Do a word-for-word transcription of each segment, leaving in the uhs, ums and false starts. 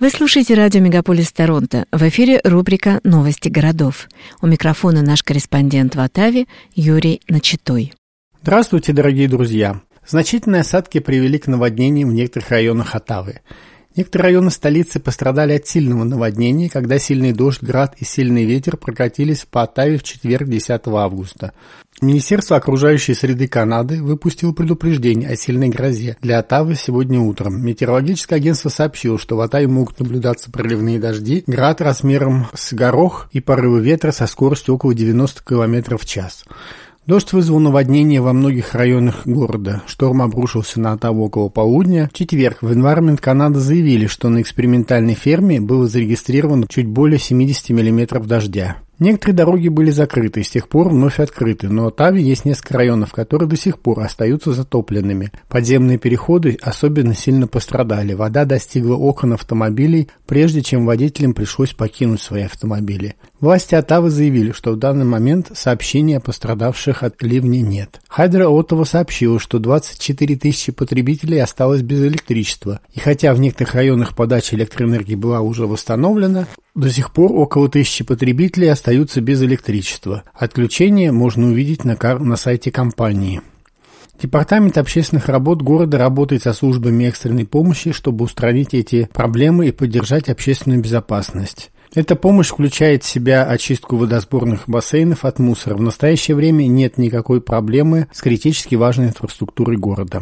Вы слушаете радио «Мегаполис Торонто». В эфире рубрика «Новости городов». У микрофона наш корреспондент в Оттаве Юрий Начитой. Здравствуйте, дорогие друзья! Значительные осадки привели к наводнениям в некоторых районах Оттавы. Некоторые районы столицы пострадали от сильного наводнения, когда сильный дождь, град и сильный ветер прокатились по Оттаве в четверг, десятого августа. Министерство окружающей среды Канады выпустило предупреждение о сильной грозе для Оттавы сегодня утром. Метеорологическое агентство сообщило, что в Оттаве могут наблюдаться проливные дожди, град размером с горох и порывы ветра со скоростью около девяносто километров в час. Дождь вызвал наводнение во многих районах города. Шторм обрушился на Оттаву около полудня. В четверг в Environment Canada заявили, что на экспериментальной ферме было зарегистрировано чуть более семьдесят миллиметров дождя. Некоторые дороги были закрыты, с тех пор вновь открыты, но в Оттаве есть несколько районов, которые до сих пор остаются затопленными. Подземные переходы особенно сильно пострадали. Вода достигла окон автомобилей, прежде чем водителям пришлось покинуть свои автомобили. Власти Оттавы заявили, что в данный момент сообщений о пострадавших от ливня нет. Хайдро Оттава сообщила, что двадцать четыре тысячи потребителей осталось без электричества. И хотя в некоторых районах подача электроэнергии была уже восстановлена, до сих пор около тысячи потребителей остаются без электричества. Отключение можно увидеть на, кар- на сайте компании. Департамент общественных работ города работает со службами экстренной помощи, чтобы устранить эти проблемы и поддержать общественную безопасность. Эта помощь включает в себя очистку водосборных бассейнов от мусора. В настоящее время нет никакой проблемы с критически важной инфраструктурой города.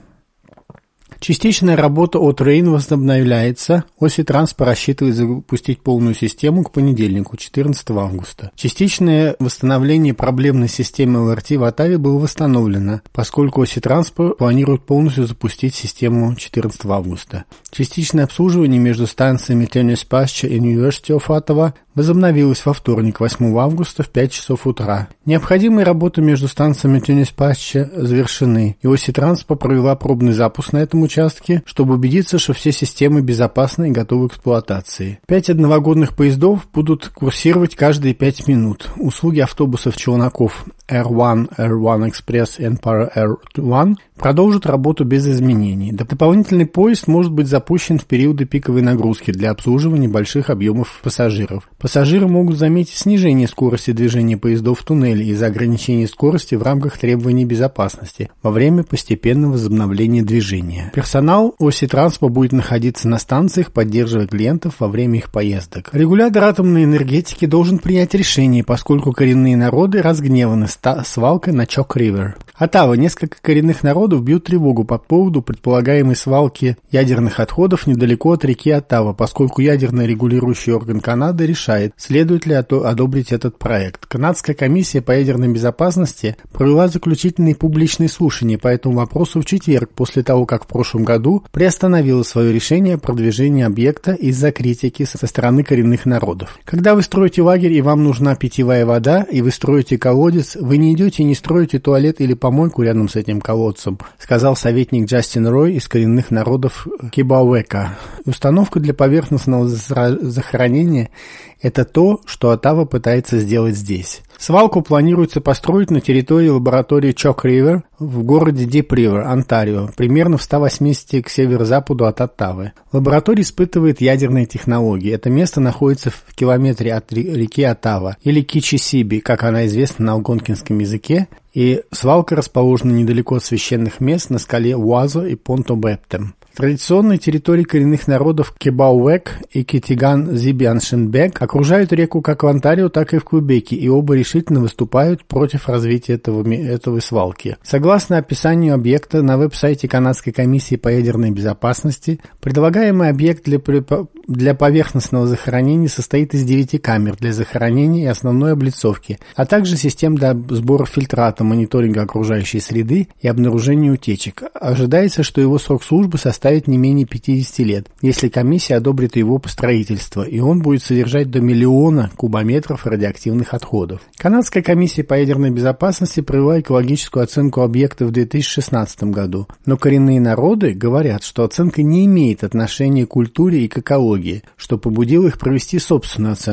Частичная работа от Рейн возобновляется. Оси Транспо рассчитывает запустить полную систему к понедельнику, четырнадцатого августа. Частичное восстановление проблемной системы эл эр ти в Оттаве было восстановлено, поскольку Оси Транспо планирует полностью запустить систему четырнадцатого августа. Частичное обслуживание между станциями Tunis Pasture и University of Ottawa возобновилось во вторник, восьмого августа в пять часов утра. Необходимые работы между станциями Tunis Pasture завершены, и Оси Транспо провела пробный запуск на этом участке, чтобы убедиться, что все системы безопасны и готовы к эксплуатации. Пять одновагонных поездов будут курсировать каждые пять минут. Услуги автобусов-челноков эр один, эр один Express и Empire эр один продолжат работу без изменений. Дополнительный поезд может быть запущен в периоды пиковой нагрузки для обслуживания больших объемов пассажиров. Пассажиры могут заметить снижение скорости движения поездов в туннеле из-за ограничения скорости в рамках требований безопасности во время постепенного возобновления движения. Персонал Оси Транспо будет находиться на станциях, поддерживая клиентов во время их поездок. Регулятор атомной энергетики должен принять решение, поскольку коренные народы разгневаны свалкой на Чок-Ривер. Оттава. Несколько коренных народов бьют тревогу по поводу предполагаемой свалки ядерных отходов недалеко от реки Оттава, поскольку ядерный регулирующий орган Канады решает, следует ли одобрить этот проект. Канадская комиссия по ядерной безопасности провела заключительные публичные слушания по этому вопросу в четверг, после того, как в прошлом году приостановила свое решение о продвижении объекта из-за критики со стороны коренных народов. Когда вы строите лагерь и вам нужна питьевая вода, и вы строите колодец, вы не идете и не строите туалет или помойку рядом с этим колодцем, сказал советник Джастин Рой из коренных народов Кибауэка. Установка для поверхностного захоронения – это то, что Оттава пытается сделать здесь. Свалку планируется построить на территории лаборатории Чок-Ривер в городе Дип-Ривер, Онтарио, примерно в ста восьмидесяти к северо-западу от Оттавы. Лаборатория испытывает ядерные технологии. Это место находится в километре от реки Оттава, или Кичисиби, как она известна на алгонкинском языке, и свалка расположена недалеко от священных мест на скале Уазо и Понто-Бептем. Традиционные территории коренных народов Кибауэк и Китиган-Зиби-Аншенбек окружают реку как в Онтарио, так и в Квебеке, и оба решительно выступают против развития этого, этого свалки. Согласно описанию объекта на веб-сайте Канадской комиссии по ядерной безопасности, предлагаемый объект для, для поверхностного захоронения состоит из девяти камер для захоронения и основной облицовки, а также систем для сбора фильтрата, мониторинга окружающей среды и обнаружения утечек. Ожидается, что его срок службы составит составит не менее пятидесяти лет, если комиссия одобрит его строительство, и он будет содержать до миллиона кубометров радиоактивных отходов. Канадская комиссия по ядерной безопасности провела экологическую оценку объекта в две тысячи шестнадцатом году, но коренные народы говорят, что оценка не имеет отношения к культуре и к экологии, что побудило их провести собственную оценку.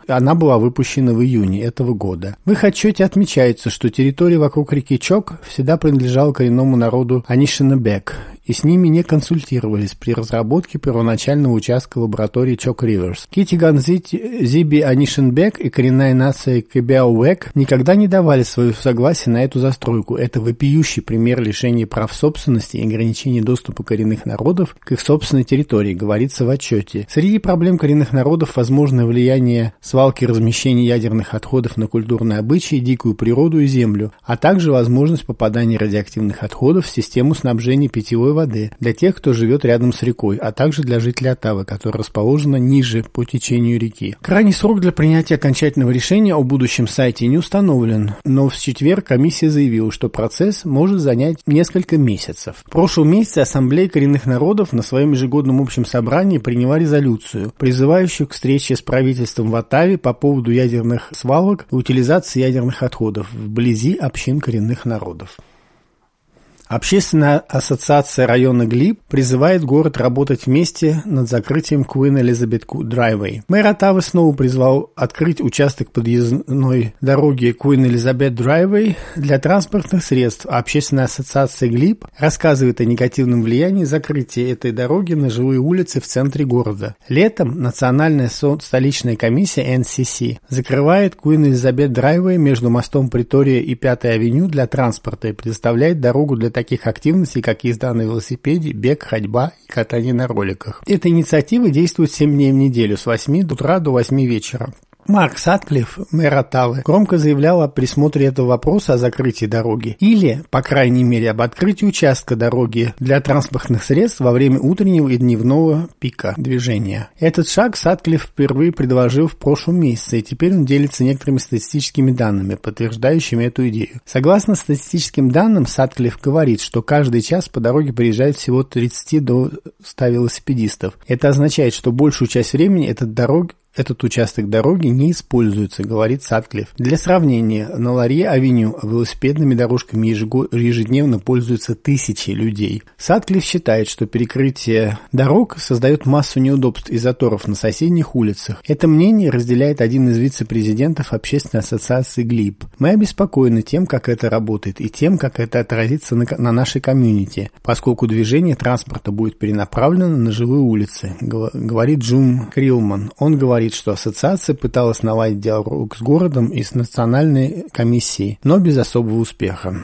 она была выпущена в июне этого года. В их отчете отмечается, что территория вокруг реки Чок всегда принадлежала коренному народу Анишинабек, и с ними не консультировались при разработке первоначального участка лаборатории Чок Риверс. Китиган Зиби Анишинбек и коренная нация Кебяуэк никогда не давали свое согласие на эту застройку. Это вопиющий пример лишения прав собственности и ограничения доступа коренных народов к их собственной территории, говорится в отчете. Среди проблем коренных народов возможное влияние свалки размещения ядерных отходов на культурные обычаи, дикую природу и землю, а также возможность попадания радиоактивных отходов в систему снабжения питьевой воды для тех, кто живет рядом с рекой, а также для жителей Оттавы, которая расположена ниже по течению реки. Крайний срок для принятия окончательного решения о будущем сайте не установлен, но в четверг комиссия заявила, что процесс может занять несколько месяцев. В прошлом месяце Ассамблея коренных народов на своем ежегодном общем собрании приняла резолюцию, призывающую к встрече с правительством в Оттаве по поводу ядерных свалок и утилизации ядерных отходов вблизи общин коренных народов. Общественная ассоциация района Глиб призывает город работать вместе над закрытием Queen Elizabeth Driveway. Мэр Оттавы снова призвал открыть участок подъездной дороги Queen Elizabeth Driveway для транспортных средств, а общественная ассоциация Глиб рассказывает о негативном влиянии закрытия этой дороги на жилые улицы в центре города. Летом Национальная столичная комиссия эн си си закрывает Queen Elizabeth Driveway между мостом Притория и Пятой авеню для транспорта и предоставляет дорогу для таких активностей, как езда на велосипеде, бег, ходьба и катание на роликах. Эта инициатива действует семь дней в неделю с восьми утра до восьми вечера. Марк Сатклифф, мэр Оттавы, громко заявлял о присмотре этого вопроса о закрытии дороги или, по крайней мере, об открытии участка дороги для транспортных средств во время утреннего и дневного пика движения. Этот шаг Сатклифф впервые предложил в прошлом месяце, и теперь он делится некоторыми статистическими данными, подтверждающими эту идею. Согласно статистическим данным, Сатклифф говорит, что каждый час по дороге приезжает всего от тридцати до ста велосипедистов. Это означает, что большую часть времени этот дорог Этот участок дороги не используется, говорит Сатклифф. Для сравнения, на Ларье-авеню велосипедными дорожками ежедневно пользуются тысячи людей. Сатклифф считает, что перекрытие дорог создает массу неудобств и заторов на соседних улицах. Это мнение разделяет один из вице-президентов общественной ассоциации Глиб. Мы обеспокоены тем, как это работает, и тем, как это отразится на, на нашей комьюнити, поскольку движение транспорта будет перенаправлено на жилые улицы, говорит Джум Крилман. Он говорит, что ассоциация пыталась наладить диалог с городом и с национальной комиссией, но без особого успеха.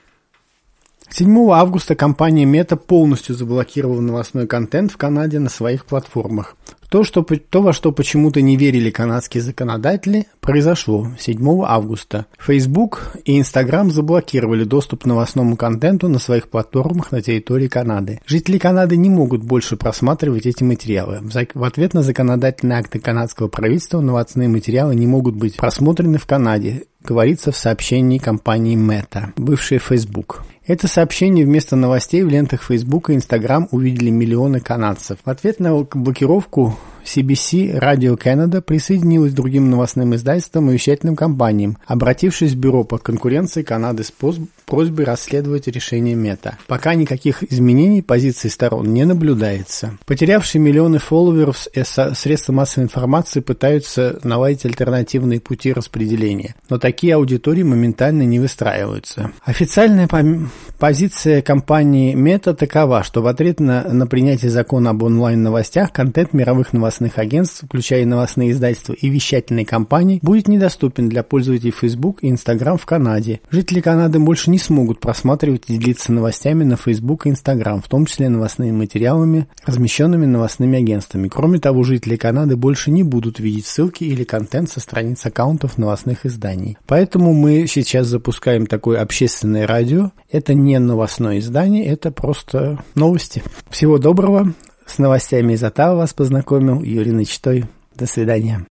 седьмого августа компания Meta полностью заблокировала новостной контент в Канаде на своих платформах. То, что, то, во что почему-то не верили канадские законодатели, произошло седьмого августа. Facebook и Instagram заблокировали доступ к новостному контенту на своих платформах на территории Канады. Жители Канады не могут больше просматривать эти материалы. В ответ на законодательные акты канадского правительства новостные материалы не могут быть просмотрены в Канаде, говорится в сообщении компании Meta, бывшей Facebook. Это сообщение вместо новостей в лентах Facebook и Instagram увидели миллионы канадцев. В ответ на блокировку си би си Radio Canada присоединилась к другим новостным издательствам и вещательным компаниям, обратившись в Бюро по конкуренции Канады с просьбой расследовать решение Мета. Пока никаких изменений позиций сторон не наблюдается. Потерявшие миллионы фолловеров средства массовой информации пытаются наладить альтернативные пути распределения, но такие аудитории моментально не выстраиваются. Официальная позиция компании Meta такова, что в ответ на, на принятие закона об онлайн-новостях контент мировых новостных агентств, включая новостные издательства и вещательные компании, будет недоступен для пользователей Facebook и Instagram в Канаде. Жители Канады больше не смогут просматривать и делиться новостями на Facebook и Instagram, в том числе новостными материалами, размещенными новостными агентствами. Кроме того, жители Канады больше не будут видеть ссылки или контент со страниц аккаунтов новостных изданий. Поэтому мы сейчас запускаем такое общественное радио. Это не новостное издание, это просто новости. Всего доброго. С новостями из Оттавы вас познакомил Юрий Начитой. До свидания.